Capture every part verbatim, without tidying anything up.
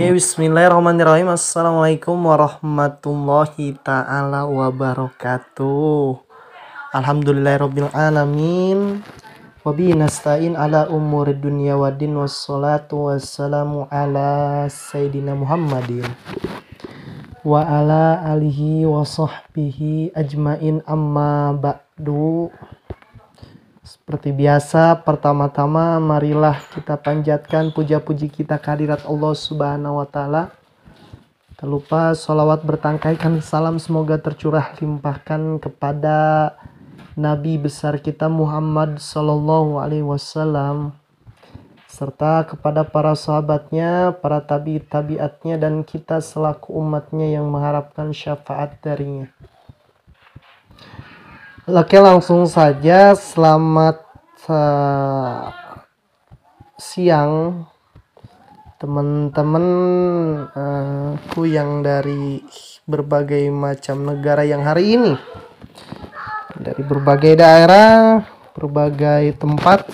Oke, bismillahirrahmanirrahim. Assalamualaikum warahmatullahi ta'ala wabarakatuh. Alhamdulillahirabbil alamin. Wabihi nasta'in ala umuri dunya waddin, wassalatu wassalamu ala sayyidina Muhammadin wa ala alihi wa sahbihi ajmain, amma ba'du. Seperti biasa, pertama-tama marilah kita panjatkan puja-puji kita kehadirat Allah Subhanahu wa Ta'ala. Tak lupa sholawat bertangkaikan salam semoga tercurah limpahkan kepada Nabi besar kita Muhammad Sallallahu Alaihi Wasallam, serta kepada para sahabatnya, para tabi-tabiatnya, dan kita selaku umatnya yang mengharapkan syafaat darinya. Oke, langsung saja. Selamat uh, siang teman-teman uh, ku yang dari berbagai macam negara yang hari ini, dari berbagai daerah, berbagai tempat.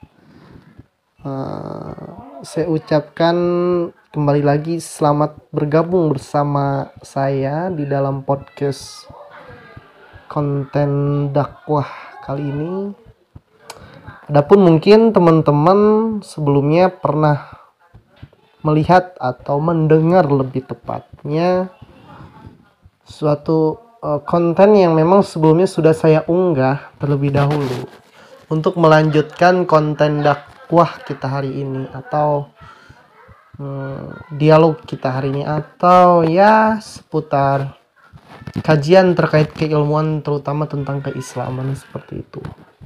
uh, saya ucapkan kembali lagi selamat bergabung bersama saya di dalam podcast konten dakwah kali ini. Adapun mungkin teman-teman sebelumnya pernah melihat atau mendengar lebih tepatnya suatu uh, konten yang memang sebelumnya sudah saya unggah terlebih dahulu untuk melanjutkan konten dakwah kita hari ini, atau hmm, dialog kita hari ini, atau ya seputar kajian terkait keilmuan, terutama tentang keislaman, seperti itu.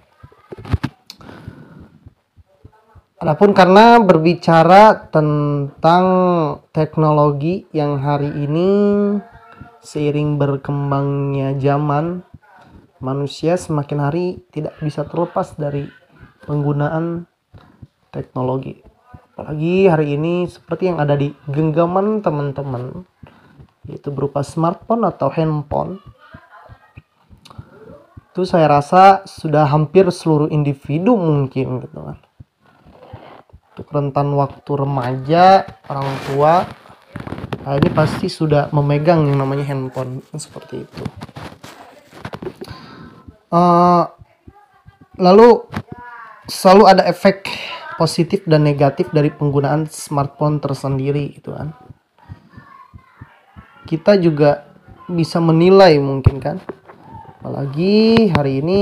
Adapun karena berbicara tentang teknologi yang hari ini seiring berkembangnya zaman, manusia semakin hari tidak bisa terlepas dari penggunaan teknologi. Apalagi hari ini seperti yang ada di genggaman teman-teman, yaitu berupa smartphone atau handphone. Itu saya rasa sudah hampir seluruh individu mungkin gitu kan. Untuk rentan waktu remaja, orang tua, nah ini pasti sudah memegang yang namanya handphone, seperti itu. Uh, lalu selalu ada efek positif dan negatif dari penggunaan smartphone tersendiri gitu kan. Kita juga bisa menilai mungkin kan, apalagi hari ini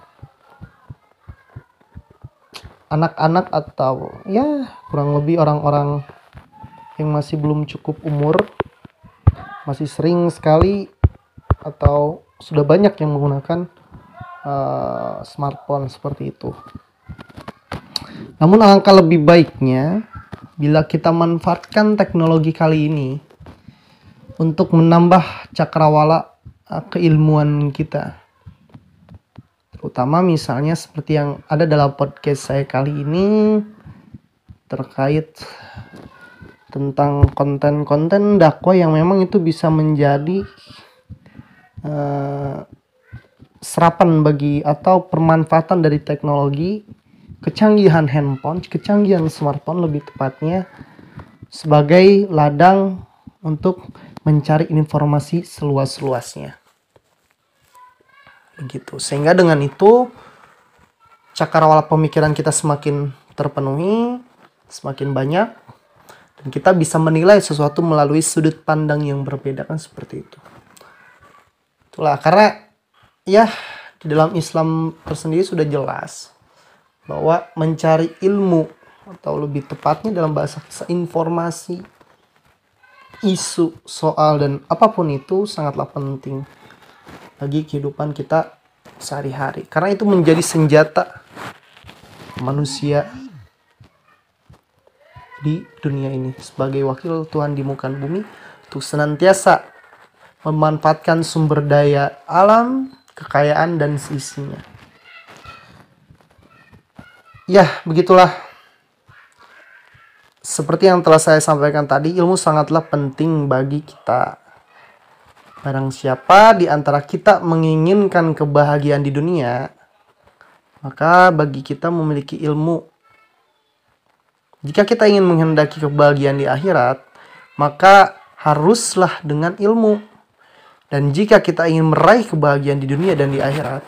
anak-anak atau ya kurang lebih orang-orang yang masih belum cukup umur masih sering sekali atau sudah banyak yang menggunakan uh, smartphone seperti itu. Namun alangkah lebih baiknya bila kita manfaatkan teknologi kali ini untuk menambah cakrawala uh, keilmuan kita. Terutama misalnya seperti yang ada dalam podcast saya kali ini terkait tentang konten-konten dakwah yang memang itu bisa menjadi uh, serapan bagi atau permanfaatan dari teknologi, kecanggihan handphone, kecanggihan smartphone lebih tepatnya, sebagai ladang untuk mencari informasi seluas-luasnya. Begitu. Sehingga dengan itu cakrawala pemikiran kita semakin terpenuhi, semakin banyak, dan kita bisa menilai sesuatu melalui sudut pandang yang berbeda, kan seperti itu. Itulah karena ya di dalam Islam tersendiri sudah jelas bahwa mencari ilmu, atau lebih tepatnya dalam bahasa informasi, isu, soal, dan apapun itu sangatlah penting bagi kehidupan kita sehari-hari, karena itu menjadi senjata manusia di dunia ini sebagai wakil Tuhan di muka bumi untuk senantiasa memanfaatkan sumber daya alam, kekayaan, dan seisinya. Ya, begitulah. Seperti yang telah saya sampaikan tadi, ilmu sangatlah penting bagi kita. Barang siapa di antara kita menginginkan kebahagiaan di dunia, maka bagi kita memiliki ilmu. Jika kita ingin menghendaki kebahagiaan di akhirat, maka haruslah dengan ilmu. Dan jika kita ingin meraih kebahagiaan di dunia dan di akhirat,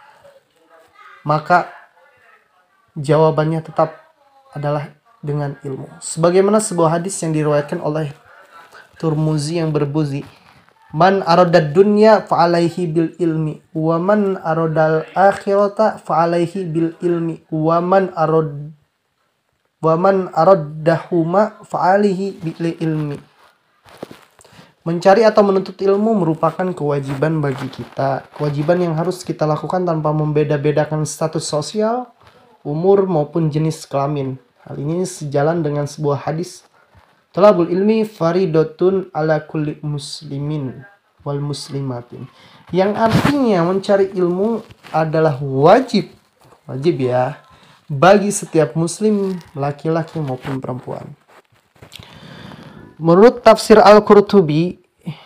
maka jawabannya tetap adalah dengan ilmu. Sebagaimana sebuah hadis yang diriwayatkan oleh Turmuzi yang berbuzi, man aradad dunya fa'alaihi bil ilmi wa man aradal akhirata fa'alaihi bil ilmi wa man arad wa man araddahuma fa'alaihi bil ilmi. Mencari atau menuntut ilmu merupakan kewajiban bagi kita. Kewajiban yang harus kita lakukan tanpa membeda-bedakan status sosial, umur, maupun jenis kelamin. Hal ini sejalan dengan sebuah hadis. Talabul ilmi faridotun ala kulli muslimin wal muslimatin. Yang artinya mencari ilmu adalah wajib. Wajib ya. Bagi setiap muslim, laki-laki maupun perempuan. Menurut tafsir Al-Qurtubi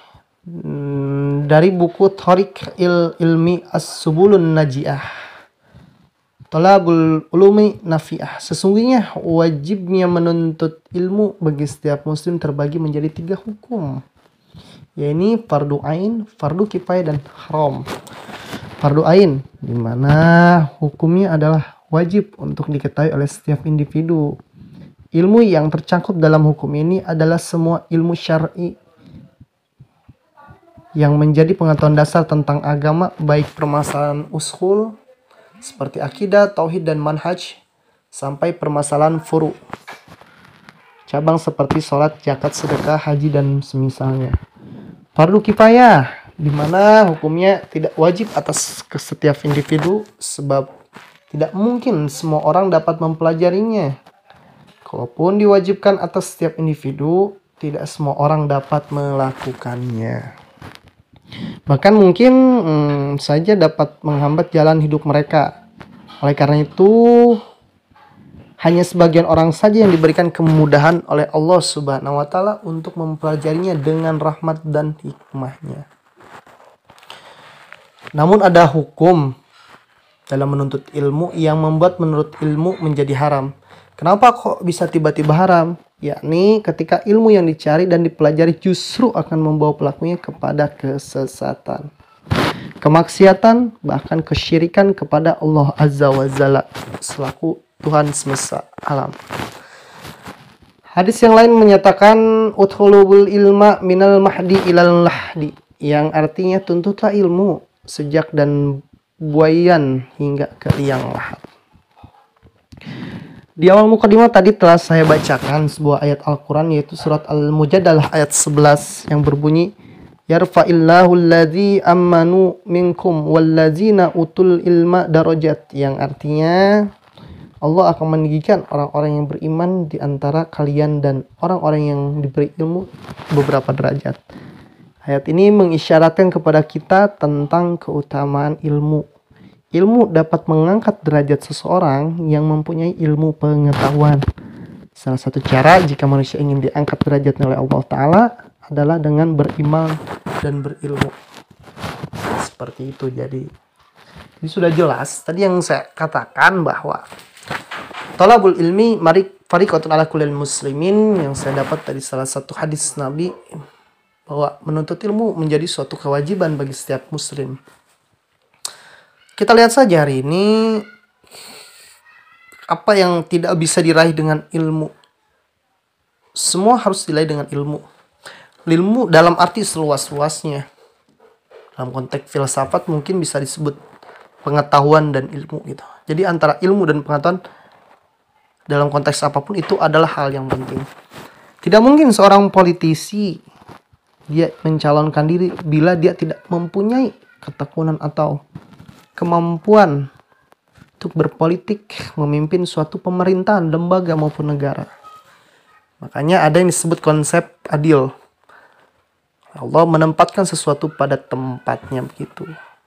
dari buku Thariq il Ilmi As-Subulun Najiah, Talabul Ulumi Nafi'ah, sesungguhnya wajibnya menuntut ilmu bagi setiap muslim terbagi menjadi tiga hukum, yaitu fardu ain, fardu kifayah, dan haram. Fardu ain, di mana hukumnya adalah wajib untuk diketahui oleh setiap individu. Ilmu yang tercakup dalam hukum ini adalah semua ilmu syar'i yang menjadi pengetahuan dasar tentang agama, baik permasalahan usul seperti akidah, tauhid, dan manhaj, sampai permasalahan furu, cabang seperti sholat, zakat, sedekah, haji, dan semisalnya. Fardu kifayah, di mana hukumnya tidak wajib atas setiap individu, sebab tidak mungkin semua orang dapat mempelajarinya. Kalaupun diwajibkan atas setiap individu, tidak semua orang dapat melakukannya. Bahkan mungkin hmm, saja dapat menghambat jalan hidup mereka. Oleh karena itu, hanya sebagian orang saja yang diberikan kemudahan oleh Allah Subhanahu wa Ta'ala untuk mempelajarinya dengan rahmat dan hikmahnya. Namun ada hukum dalam menuntut ilmu yang membuat menurut ilmu menjadi haram. Kenapa kok bisa tiba-tiba haram? Yakni ketika ilmu yang dicari dan dipelajari justru akan membawa pelakunya kepada kesesatan, kemaksiatan, bahkan kesyirikan kepada Allah Azza wa Jalla selaku Tuhan semesta alam. Hadis yang lain menyatakan udkhulul ilma minal mahdi ilal lahdi, yang artinya tuntutlah ilmu sejak dan buayan hingga ke liang lahat. Di awal mukadimah tadi telah saya bacakan sebuah ayat Al-Quran, yaitu surat Al-Mujadalah ayat sebelas yang berbunyi, Yarfa'illahu alladzi ammanu minkum walladzina utul ilma darajat, yang artinya Allah akan meninggikan orang-orang yang beriman di antara kalian dan orang-orang yang diberi ilmu beberapa derajat. Ayat ini mengisyaratkan kepada kita tentang keutamaan ilmu. Ilmu dapat mengangkat derajat seseorang yang mempunyai ilmu pengetahuan. Salah satu cara jika manusia ingin diangkat derajatnya oleh Allah Ta'ala adalah dengan beriman dan berilmu. Seperti itu. Jadi, ini sudah jelas. Tadi yang saya katakan bahwa talabul ilmi fariqatun ala kullil muslimin, yang saya dapat dari salah satu hadis Nabi, bahwa menuntut ilmu menjadi suatu kewajiban bagi setiap muslim. Kita lihat saja hari ini apa yang tidak bisa diraih dengan ilmu. Semua harus diraih dengan ilmu. Ilmu dalam arti seluas-luasnya. Dalam konteks filsafat mungkin bisa disebut pengetahuan dan ilmu gitu. Jadi antara ilmu dan pengetahuan dalam konteks apapun itu adalah hal yang penting. Tidak mungkin seorang politisi dia mencalonkan diri bila dia tidak mempunyai ketekunan atau kemampuan untuk berpolitik, memimpin suatu pemerintahan, lembaga maupun negara. Makanya ada yang disebut konsep adil. Allah menempatkan sesuatu pada tempatnya begitu.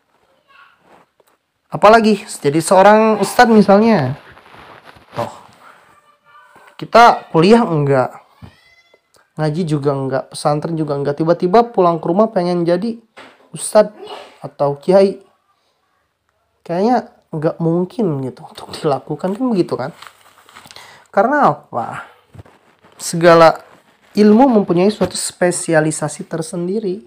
Apalagi jadi seorang ustadz misalnya. Toh, kita kuliah enggak, ngaji juga enggak, pesantren juga enggak, tiba-tiba pulang ke rumah pengen jadi ustadz atau kiai. Kayaknya nggak mungkin gitu untuk dilakukan, kan begitu kan? Karena apa? Segala ilmu mempunyai suatu spesialisasi tersendiri.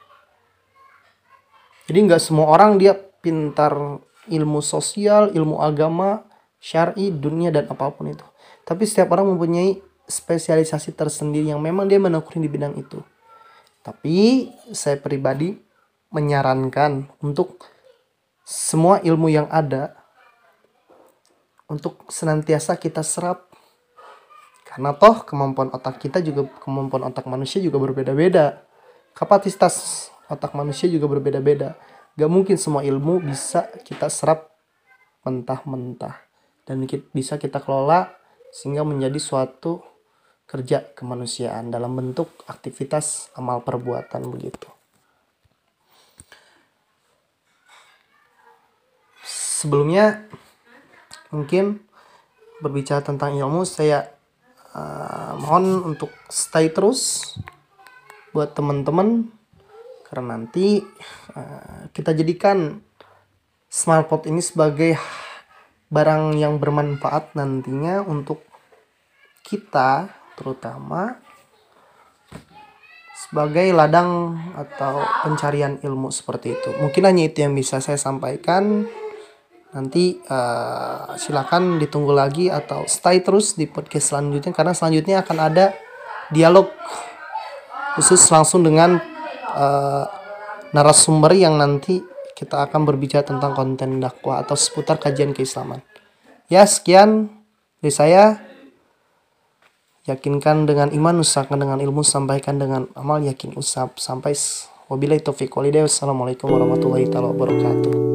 Jadi nggak semua orang dia pintar ilmu sosial, ilmu agama, syar'i, dunia, dan apapun itu. Tapi setiap orang mempunyai spesialisasi tersendiri yang memang dia menekuni di bidang itu. Tapi saya pribadi menyarankan untuk semua ilmu yang ada untuk senantiasa kita serap. Karena toh kemampuan otak kita juga, kemampuan otak manusia juga berbeda-beda. Kapasitas otak manusia juga berbeda-beda. Gak mungkin semua ilmu bisa kita serap mentah-mentah. Dan bisa kita kelola sehingga menjadi suatu kerja kemanusiaan dalam bentuk aktivitas amal perbuatan begitu. Sebelumnya mungkin berbicara tentang ilmu, saya uh, mohon untuk stay terus buat teman-teman, karena nanti uh, kita jadikan SmartPod ini sebagai barang yang bermanfaat nantinya untuk kita, terutama sebagai ladang atau pencarian ilmu seperti itu. Mungkin hanya itu yang bisa saya sampaikan. Nanti uh, silakan ditunggu lagi atau stay terus di podcast selanjutnya, karena selanjutnya akan ada dialog khusus langsung dengan uh, narasumber yang nanti kita akan berbicara tentang konten dakwah atau seputar kajian keislaman. Ya, sekian dari saya. Yakinkan dengan iman, usahakan dengan ilmu, sampaikan dengan amal, yakin usap. Sampai wabillahi taufiq walhidayah. Wassalamualaikum warahmatullahi wabarakatuh.